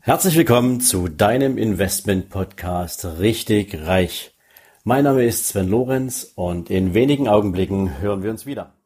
Herzlich willkommen zu deinem Investment-Podcast Richtig Reich. Mein Name ist Sven Lorenz und in wenigen Augenblicken hören wir uns wieder.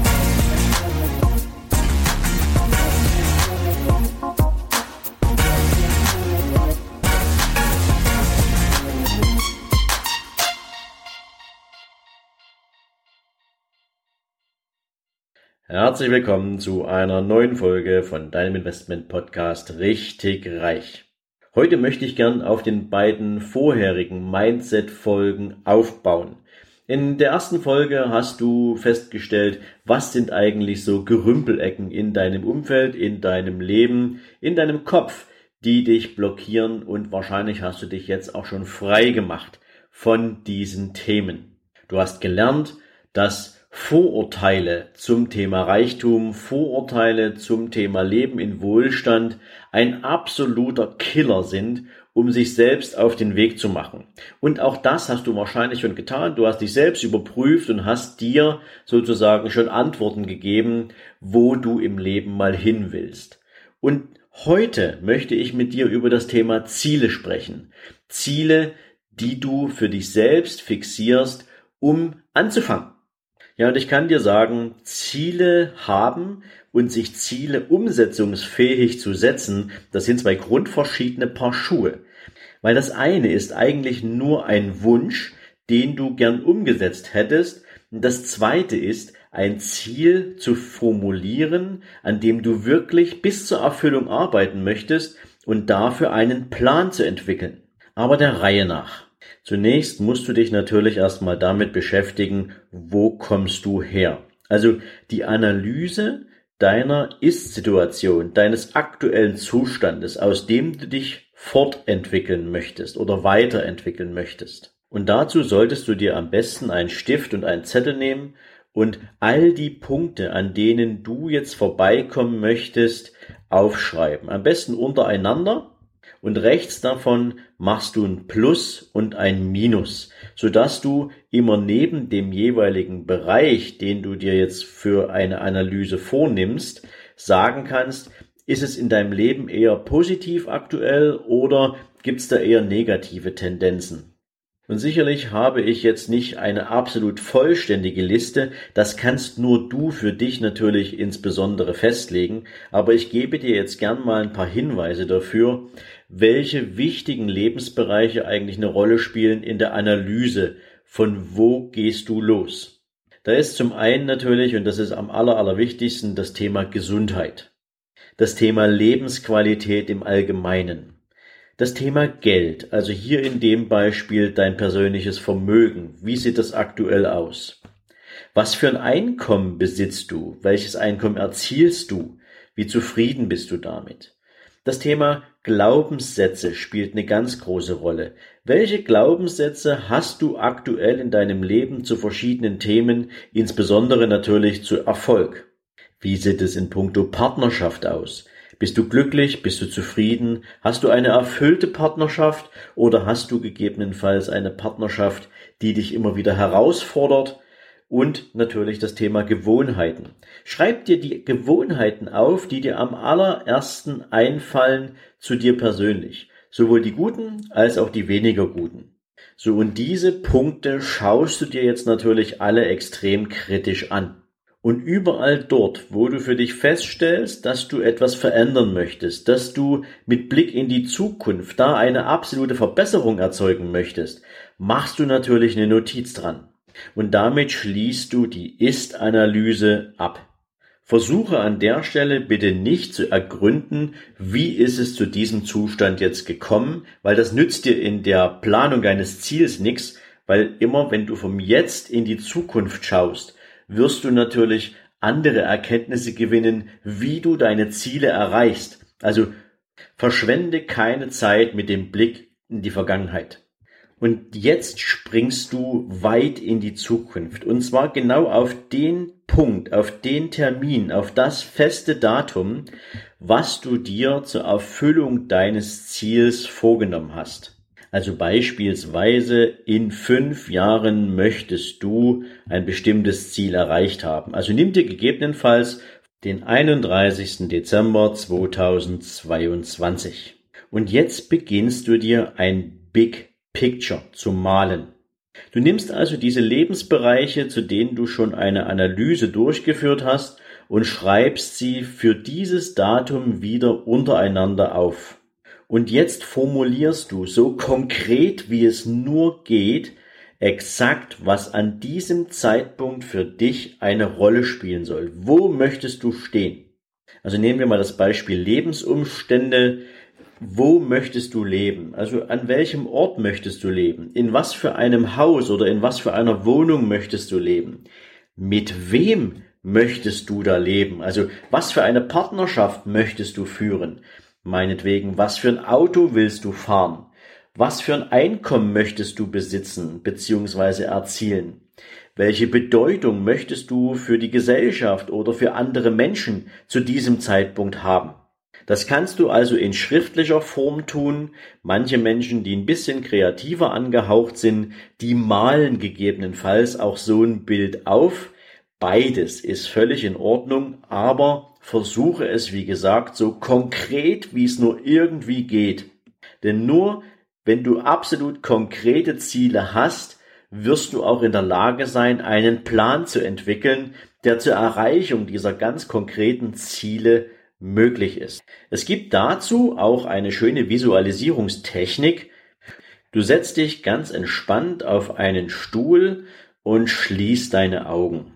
Herzlich willkommen zu einer neuen Folge von deinem Investment-Podcast Richtig Reich. Heute möchte ich gern auf den beiden vorherigen Mindset-Folgen aufbauen. In der ersten Folge hast du festgestellt, was sind eigentlich so Gerümpelecken in deinem Umfeld, in deinem Leben, in deinem Kopf, die dich blockieren, und wahrscheinlich hast du dich jetzt auch schon frei gemacht von diesen Themen. Du hast gelernt, dass Vorurteile zum Thema Reichtum, Vorurteile zum Thema Leben in Wohlstand ein absoluter Killer sind, um sich selbst auf den Weg zu machen. Und auch das hast du wahrscheinlich schon getan. Du hast dich selbst überprüft und hast dir sozusagen schon Antworten gegeben, wo du im Leben mal hin willst. Und heute möchte ich mit dir über das Thema Ziele sprechen. Ziele, die du für dich selbst fixierst, um anzufangen. Ja, und ich kann dir sagen, Ziele haben und sich Ziele umsetzungsfähig zu setzen, das sind zwei grundverschiedene Paar Schuhe. Weil das eine ist eigentlich nur ein Wunsch, den du gern umgesetzt hättest. Und das zweite ist, ein Ziel zu formulieren, an dem du wirklich bis zur Erfüllung arbeiten möchtest und dafür einen Plan zu entwickeln. Aber der Reihe nach. Zunächst musst du dich natürlich erstmal damit beschäftigen, wo kommst du her? Also die Analyse deiner Ist-Situation, deines aktuellen Zustandes, aus dem du dich fortentwickeln möchtest oder weiterentwickeln möchtest. Und dazu solltest du dir am besten einen Stift und einen Zettel nehmen und all die Punkte, an denen du jetzt vorbeikommen möchtest, aufschreiben. Am besten untereinander. Und rechts davon machst du ein Plus und ein Minus, sodass du immer neben dem jeweiligen Bereich, den du dir jetzt für eine Analyse vornimmst, sagen kannst, ist es in deinem Leben eher positiv aktuell oder gibt es da eher negative Tendenzen? Und sicherlich habe ich jetzt nicht eine absolut vollständige Liste, das kannst nur du für dich natürlich insbesondere festlegen, aber ich gebe dir jetzt gern mal ein paar Hinweise dafür, welche wichtigen Lebensbereiche eigentlich eine Rolle spielen in der Analyse, von wo gehst du los. Da ist zum einen natürlich, und das ist am allerwichtigsten, das Thema Gesundheit, das Thema Lebensqualität im Allgemeinen. Das Thema Geld, also hier in dem Beispiel dein persönliches Vermögen. Wie sieht das aktuell aus? Was für ein Einkommen besitzt du? Welches Einkommen erzielst du? Wie zufrieden bist du damit? Das Thema Glaubenssätze spielt eine ganz große Rolle. Welche Glaubenssätze hast du aktuell in deinem Leben zu verschiedenen Themen, insbesondere natürlich zu Erfolg? Wie sieht es in puncto Partnerschaft aus? Bist du glücklich? Bist du zufrieden? Hast du eine erfüllte Partnerschaft oder hast du gegebenenfalls eine Partnerschaft, die dich immer wieder herausfordert? Und natürlich das Thema Gewohnheiten. Schreib dir die Gewohnheiten auf, die dir am allerersten einfallen zu dir persönlich. Sowohl die guten als auch die weniger guten. So, und diese Punkte schaust du dir jetzt natürlich alle extrem kritisch an. Und überall dort, wo du für dich feststellst, dass du etwas verändern möchtest, dass du mit Blick in die Zukunft da eine absolute Verbesserung erzeugen möchtest, machst du natürlich eine Notiz dran. Und damit schließt du die Ist-Analyse ab. Versuche an der Stelle bitte nicht zu ergründen, wie ist es zu diesem Zustand jetzt gekommen, weil das nützt dir in der Planung deines Ziels nichts, weil immer, wenn du vom Jetzt in die Zukunft schaust, wirst du natürlich andere Erkenntnisse gewinnen, wie du deine Ziele erreichst. Also verschwende keine Zeit mit dem Blick in die Vergangenheit. Und jetzt springst du weit in die Zukunft. Und zwar genau auf den Punkt, auf den Termin, auf das feste Datum, was du dir zur Erfüllung deines Ziels vorgenommen hast. Also beispielsweise in 5 Jahren möchtest du ein bestimmtes Ziel erreicht haben. Also nimm dir gegebenenfalls den 31. Dezember 2022. Und jetzt beginnst du dir ein Big Picture zu malen. Du nimmst also diese Lebensbereiche, zu denen du schon eine Analyse durchgeführt hast, und schreibst sie für dieses Datum wieder untereinander auf. Und jetzt formulierst du so konkret, wie es nur geht, exakt, was an diesem Zeitpunkt für dich eine Rolle spielen soll. Wo möchtest du stehen? Also nehmen wir mal das Beispiel Lebensumstände. Wo möchtest du leben? Also an welchem Ort möchtest du leben? In was für einem Haus oder in was für einer Wohnung möchtest du leben? Mit wem möchtest du da leben? Also was für eine Partnerschaft möchtest du führen? Meinetwegen, was für ein Auto willst du fahren? Was für ein Einkommen möchtest du besitzen bzw. erzielen? Welche Bedeutung möchtest du für die Gesellschaft oder für andere Menschen zu diesem Zeitpunkt haben? Das kannst du also in schriftlicher Form tun. Manche Menschen, die ein bisschen kreativer angehaucht sind, die malen gegebenenfalls auch so ein Bild auf. Beides ist völlig in Ordnung, aber versuche es, wie gesagt, so konkret, wie es nur irgendwie geht. Denn nur wenn du absolut konkrete Ziele hast, wirst du auch in der Lage sein, einen Plan zu entwickeln, der zur Erreichung dieser ganz konkreten Ziele möglich ist. Es gibt dazu auch eine schöne Visualisierungstechnik. Du setzt dich ganz entspannt auf einen Stuhl und schließt deine Augen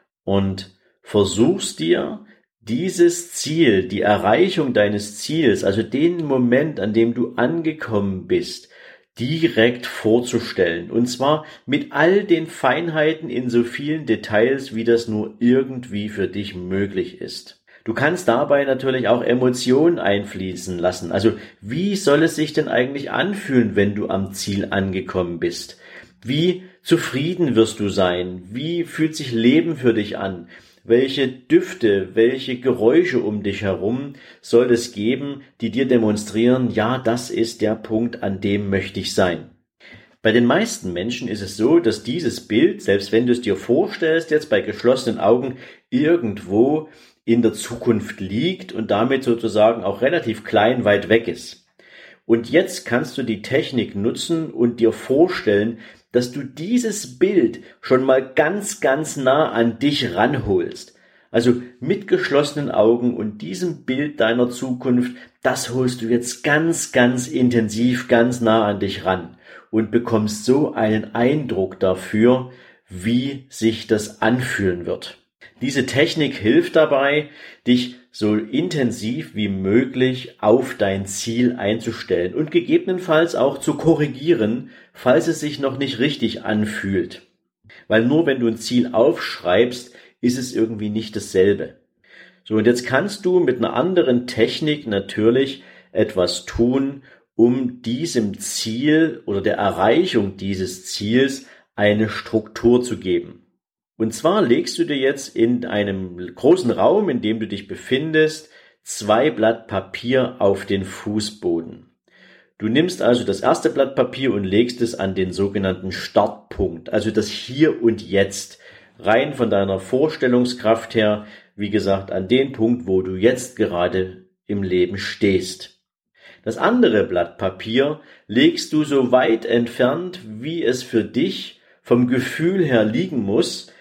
und versuchst dir dieses Ziel, die Erreichung deines Ziels, also den Moment, an dem du angekommen bist, direkt vorzustellen. Und zwar mit all den Feinheiten in so vielen Details, wie das nur irgendwie für dich möglich ist. Du kannst dabei natürlich auch Emotionen einfließen lassen. Also wie soll es sich denn eigentlich anfühlen, wenn du am Ziel angekommen bist? Wie zufrieden wirst du sein? Wie fühlt sich Leben für dich an? Welche Düfte, welche Geräusche um dich herum soll es geben, die dir demonstrieren, ja, das ist der Punkt, an dem möchte ich sein. Bei den meisten Menschen ist es so, dass dieses Bild, selbst wenn du es dir vorstellst, jetzt bei geschlossenen Augen irgendwo in der Zukunft liegt und damit sozusagen auch relativ klein weit weg ist. Und jetzt kannst du die Technik nutzen und dir vorstellen, dass du dieses Bild schon mal ganz, ganz nah an dich ranholst. Also mit geschlossenen Augen und diesem Bild deiner Zukunft, das holst du jetzt ganz, ganz intensiv, ganz nah an dich ran und bekommst so einen Eindruck dafür, wie sich das anfühlen wird. Diese Technik hilft dabei, dich so intensiv wie möglich auf dein Ziel einzustellen und gegebenenfalls auch zu korrigieren, falls es sich noch nicht richtig anfühlt. Weil nur wenn du ein Ziel aufschreibst, ist es irgendwie nicht dasselbe. So, und jetzt kannst du mit einer anderen Technik natürlich etwas tun, um diesem Ziel oder der Erreichung dieses Ziels eine Struktur zu geben. Und zwar legst du dir jetzt in einem großen Raum, in dem du dich befindest, 2 Blatt Papier auf den Fußboden. Du nimmst also das erste Blatt Papier und legst es an den sogenannten Startpunkt, also das Hier und Jetzt, rein von deiner Vorstellungskraft her, wie gesagt, an den Punkt, wo du jetzt gerade im Leben stehst. Das andere Blatt Papier legst du so weit entfernt, wie es für dich vom Gefühl her liegen muss,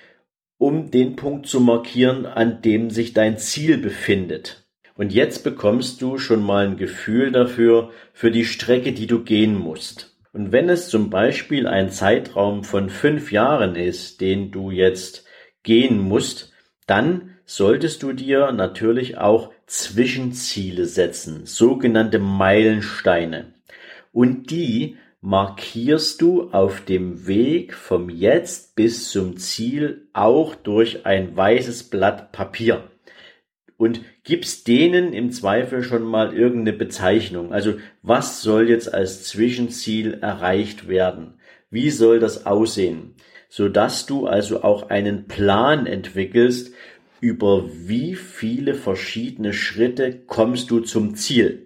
um den Punkt zu markieren, an dem sich dein Ziel befindet. Und jetzt bekommst du schon mal ein Gefühl dafür, für die Strecke, die du gehen musst. Und wenn es zum Beispiel ein Zeitraum von 5 Jahren ist, den du jetzt gehen musst, dann solltest du dir natürlich auch Zwischenziele setzen, sogenannte Meilensteine. Und die markierst du auf dem Weg vom Jetzt bis zum Ziel auch durch ein weißes Blatt Papier und gibst denen im Zweifel schon mal irgendeine Bezeichnung. Also was soll jetzt als Zwischenziel erreicht werden? Wie soll das aussehen? Sodass du also auch einen Plan entwickelst, über wie viele verschiedene Schritte kommst du zum Ziel.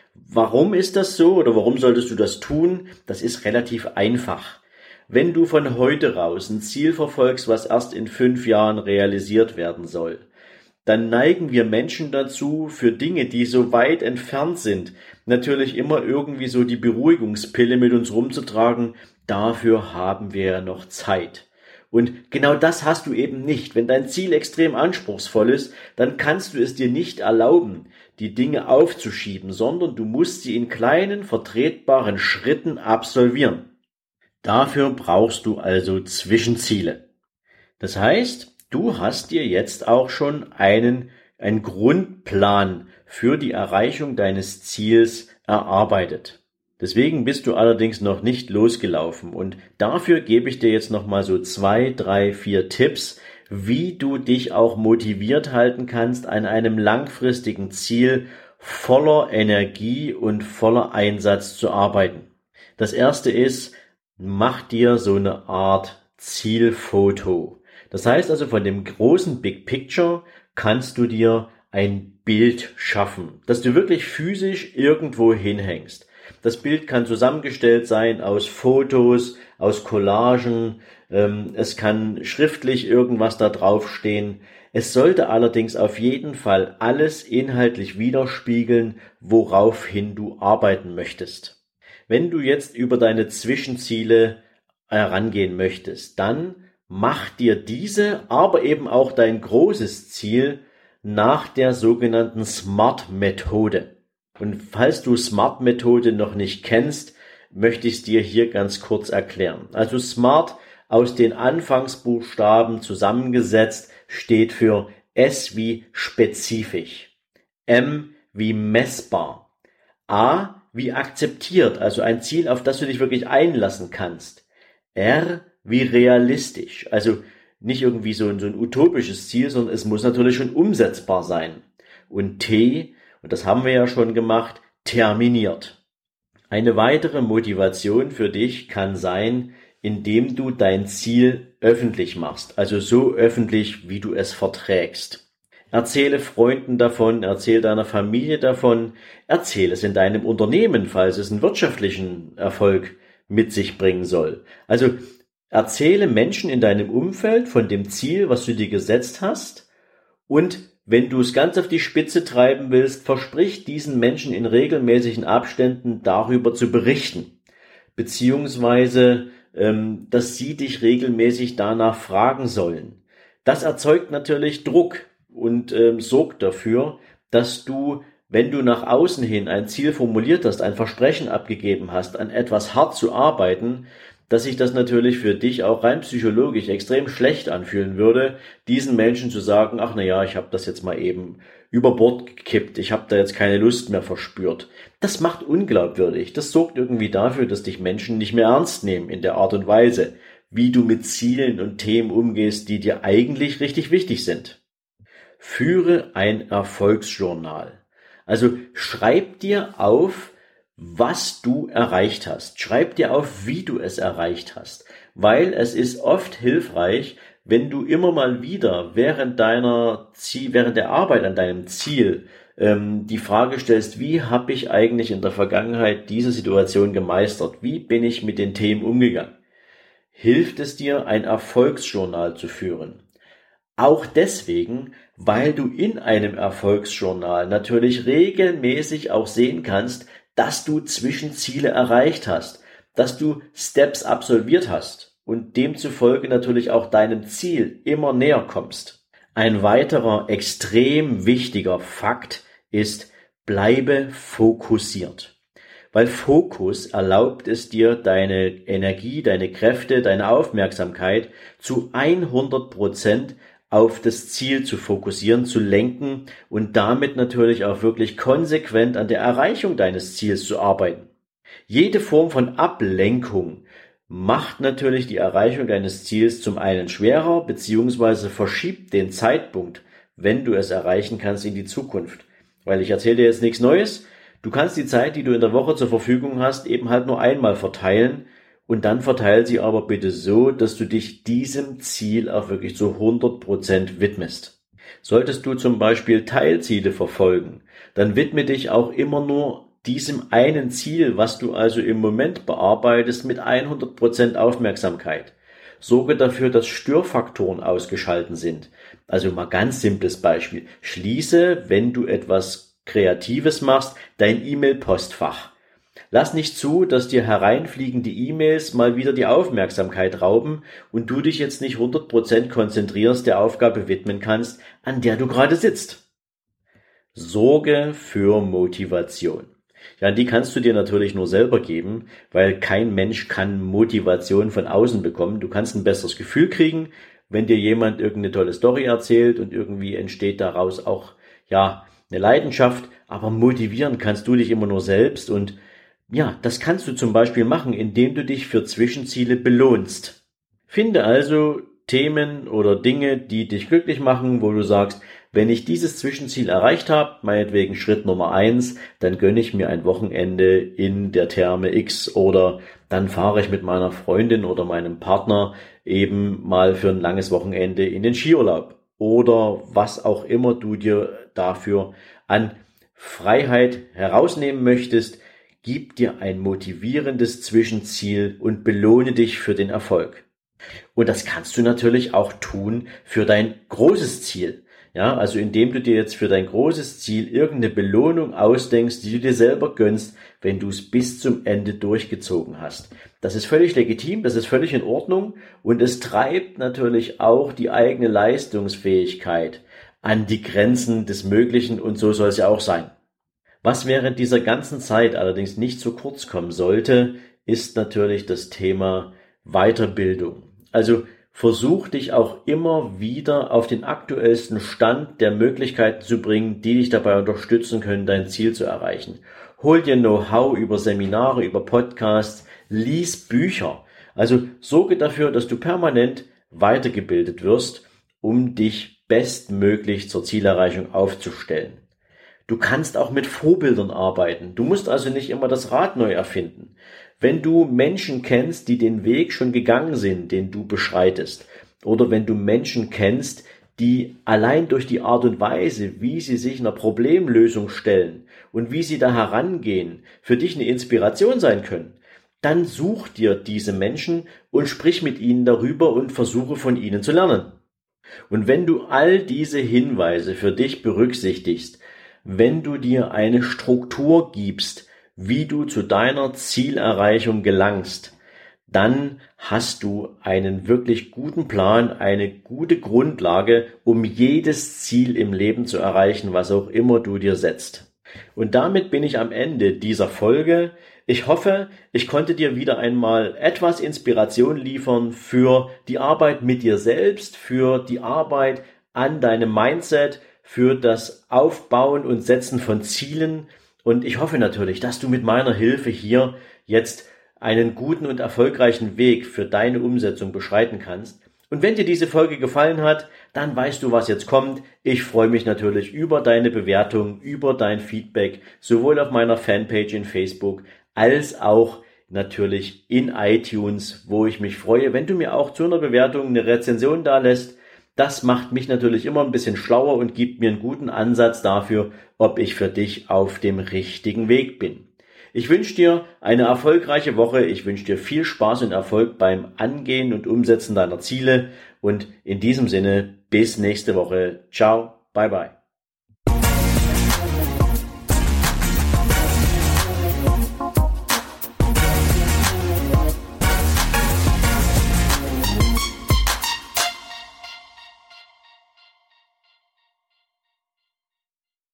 Warum ist das so oder warum solltest du das tun? Das ist relativ einfach. Wenn du von heute raus ein Ziel verfolgst, was erst in 5 Jahren realisiert werden soll, dann neigen wir Menschen dazu, für Dinge, die so weit entfernt sind, natürlich immer irgendwie so die Beruhigungspille mit uns rumzutragen. Dafür haben wir ja noch Zeit. Und genau das hast du eben nicht. Wenn dein Ziel extrem anspruchsvoll ist, dann kannst du es dir nicht erlauben, die Dinge aufzuschieben, sondern du musst sie in kleinen, vertretbaren Schritten absolvieren. Dafür brauchst du also Zwischenziele. Das heißt, du hast dir jetzt auch schon einen Grundplan für die Erreichung deines Ziels erarbeitet. Deswegen bist du allerdings noch nicht losgelaufen und dafür gebe ich dir jetzt nochmal so 2, 3, 4 Tipps, wie du dich auch motiviert halten kannst, an einem langfristigen Ziel voller Energie und voller Einsatz zu arbeiten. Das erste ist, mach dir so eine Art Zielfoto. Das heißt also, von dem großen Big Picture kannst du dir ein Bild schaffen, das du wirklich physisch irgendwo hinhängst. Das Bild kann zusammengestellt sein aus Fotos, aus Collagen, es kann schriftlich irgendwas da draufstehen. Es sollte allerdings auf jeden Fall alles inhaltlich widerspiegeln, woraufhin du arbeiten möchtest. Wenn du jetzt über deine Zwischenziele herangehen möchtest, dann mach dir diese, aber eben auch dein großes Ziel nach der sogenannten SMART-Methode. Und falls du SMART-Methode noch nicht kennst, möchte ich es dir hier ganz kurz erklären. Also SMART aus den Anfangsbuchstaben zusammengesetzt steht für S wie spezifisch, M wie messbar, A wie akzeptiert, also ein Ziel, auf das du dich wirklich einlassen kannst, R wie realistisch, also nicht irgendwie so ein utopisches Ziel, sondern es muss natürlich schon umsetzbar sein. Und T, und das haben wir ja schon gemacht, terminiert. Eine weitere Motivation für dich kann sein, indem du dein Ziel öffentlich machst, also so öffentlich, wie du es verträgst. Erzähle Freunden davon, erzähle deiner Familie davon, erzähle es in deinem Unternehmen, falls es einen wirtschaftlichen Erfolg mit sich bringen soll. Also erzähle Menschen in deinem Umfeld von dem Ziel, was du dir gesetzt hast, und wenn du es ganz auf die Spitze treiben willst, versprich diesen Menschen in regelmäßigen Abständen darüber zu berichten, beziehungsweise, dass sie dich regelmäßig danach fragen sollen. Das erzeugt natürlich Druck und sorgt dafür, dass du, wenn du nach außen hin ein Ziel formuliert hast, ein Versprechen abgegeben hast, an etwas hart zu arbeiten, dass sich das natürlich für dich auch rein psychologisch extrem schlecht anfühlen würde, diesen Menschen zu sagen, ach na ja, ich habe das jetzt mal eben über Bord gekippt, ich habe da jetzt keine Lust mehr verspürt. Das macht unglaubwürdig, das sorgt irgendwie dafür, dass dich Menschen nicht mehr ernst nehmen in der Art und Weise, wie du mit Zielen und Themen umgehst, die dir eigentlich richtig wichtig sind. Führe ein Erfolgsjournal. Also schreib dir auf, was du erreicht hast. Schreib dir auf, wie du es erreicht hast, weil es ist oft hilfreich, wenn du immer mal wieder während der Arbeit an deinem Ziel die Frage stellst, wie habe ich eigentlich in der Vergangenheit diese Situation gemeistert? Wie bin ich mit den Themen umgegangen? Hilft es dir, ein Erfolgsjournal zu führen? Auch deswegen, weil du in einem Erfolgsjournal natürlich regelmäßig auch sehen kannst, dass du Zwischenziele erreicht hast, dass du Steps absolviert hast und demzufolge natürlich auch deinem Ziel immer näher kommst. Ein weiterer extrem wichtiger Fakt ist, bleibe fokussiert. Weil Fokus erlaubt es dir, deine Energie, deine Kräfte, deine Aufmerksamkeit zu 100% auf das Ziel zu fokussieren, zu lenken und damit natürlich auch wirklich konsequent an der Erreichung deines Ziels zu arbeiten. Jede Form von Ablenkung macht natürlich die Erreichung deines Ziels zum einen schwerer, beziehungsweise verschiebt den Zeitpunkt, wenn du es erreichen kannst, in die Zukunft. Weil ich erzähle dir jetzt nichts Neues, du kannst die Zeit, die du in der Woche zur Verfügung hast, eben halt nur einmal verteilen. Und dann verteil sie aber bitte so, dass du dich diesem Ziel auch wirklich zu 100% widmest. Solltest du zum Beispiel Teilziele verfolgen, dann widme dich auch immer nur diesem einen Ziel, was du also im Moment bearbeitest, mit 100% Aufmerksamkeit. Sorge dafür, dass Störfaktoren ausgeschalten sind, Also mal ganz simples Beispiel. Schließe, wenn du etwas Kreatives machst, dein E-Mail-Postfach. Lass nicht zu, dass dir hereinfliegende E-Mails mal wieder die Aufmerksamkeit rauben und du dich jetzt nicht 100% konzentrierst, der Aufgabe widmen kannst, an der du gerade sitzt. Sorge für Motivation. Ja, die kannst du dir natürlich nur selber geben, weil kein Mensch kann Motivation von außen bekommen. Du kannst ein besseres Gefühl kriegen, wenn dir jemand irgendeine tolle Story erzählt und irgendwie entsteht daraus auch, ja, eine Leidenschaft, aber motivieren kannst du dich immer nur selbst und ja, das kannst du zum Beispiel machen, indem du dich für Zwischenziele belohnst. Finde also Themen oder Dinge, die dich glücklich machen, wo du sagst, wenn ich dieses Zwischenziel erreicht habe, meinetwegen Schritt Nummer 1, dann gönne ich mir ein Wochenende in der Therme X oder dann fahre ich mit meiner Freundin oder meinem Partner eben mal für ein langes Wochenende in den Skiurlaub oder was auch immer du dir dafür an Freiheit herausnehmen möchtest. Gib dir ein motivierendes Zwischenziel und belohne dich für den Erfolg. Und das kannst du natürlich auch tun für dein großes Ziel. Ja, also indem du dir jetzt für dein großes Ziel irgendeine Belohnung ausdenkst, die du dir selber gönnst, wenn du es bis zum Ende durchgezogen hast. Das ist völlig legitim, das ist völlig in Ordnung und es treibt natürlich auch die eigene Leistungsfähigkeit an die Grenzen des Möglichen und so soll es ja auch sein. Was während dieser ganzen Zeit allerdings nicht zu kurz kommen sollte, ist natürlich das Thema Weiterbildung. Also versuch dich auch immer wieder auf den aktuellsten Stand der Möglichkeiten zu bringen, die dich dabei unterstützen können, dein Ziel zu erreichen. Hol dir Know-how über Seminare, über Podcasts, lies Bücher. Also sorge dafür, dass du permanent weitergebildet wirst, um dich bestmöglich zur Zielerreichung aufzustellen. Du kannst auch mit Vorbildern arbeiten. Du musst also nicht immer das Rad neu erfinden. Wenn du Menschen kennst, die den Weg schon gegangen sind, den du beschreitest, oder wenn du Menschen kennst, die allein durch die Art und Weise, wie sie sich einer Problemlösung stellen und wie sie da herangehen, für dich eine Inspiration sein können, dann such dir diese Menschen und sprich mit ihnen darüber und versuche von ihnen zu lernen. Und wenn du all diese Hinweise für dich berücksichtigst, wenn du dir eine Struktur gibst, wie du zu deiner Zielerreichung gelangst, dann hast du einen wirklich guten Plan, eine gute Grundlage, um jedes Ziel im Leben zu erreichen, was auch immer du dir setzt. Und damit bin ich am Ende dieser Folge. Ich hoffe, ich konnte dir wieder einmal etwas Inspiration liefern für die Arbeit mit dir selbst, für die Arbeit an deinem Mindset, für das Aufbauen und Setzen von Zielen. Und ich hoffe natürlich, dass du mit meiner Hilfe hier jetzt einen guten und erfolgreichen Weg für deine Umsetzung beschreiten kannst. Und wenn dir diese Folge gefallen hat, dann weißt du, was jetzt kommt. Ich freue mich natürlich über deine Bewertung, über dein Feedback, sowohl auf meiner Fanpage in Facebook als auch natürlich in iTunes, wo ich mich freue, wenn du mir auch zu einer Bewertung eine Rezension dalässt. Das macht mich natürlich immer ein bisschen schlauer und gibt mir einen guten Ansatz dafür, ob ich für dich auf dem richtigen Weg bin. Ich wünsche dir eine erfolgreiche Woche. Ich wünsche dir viel Spaß und Erfolg beim Angehen und Umsetzen deiner Ziele. Und in diesem Sinne, bis nächste Woche. Ciao, bye bye.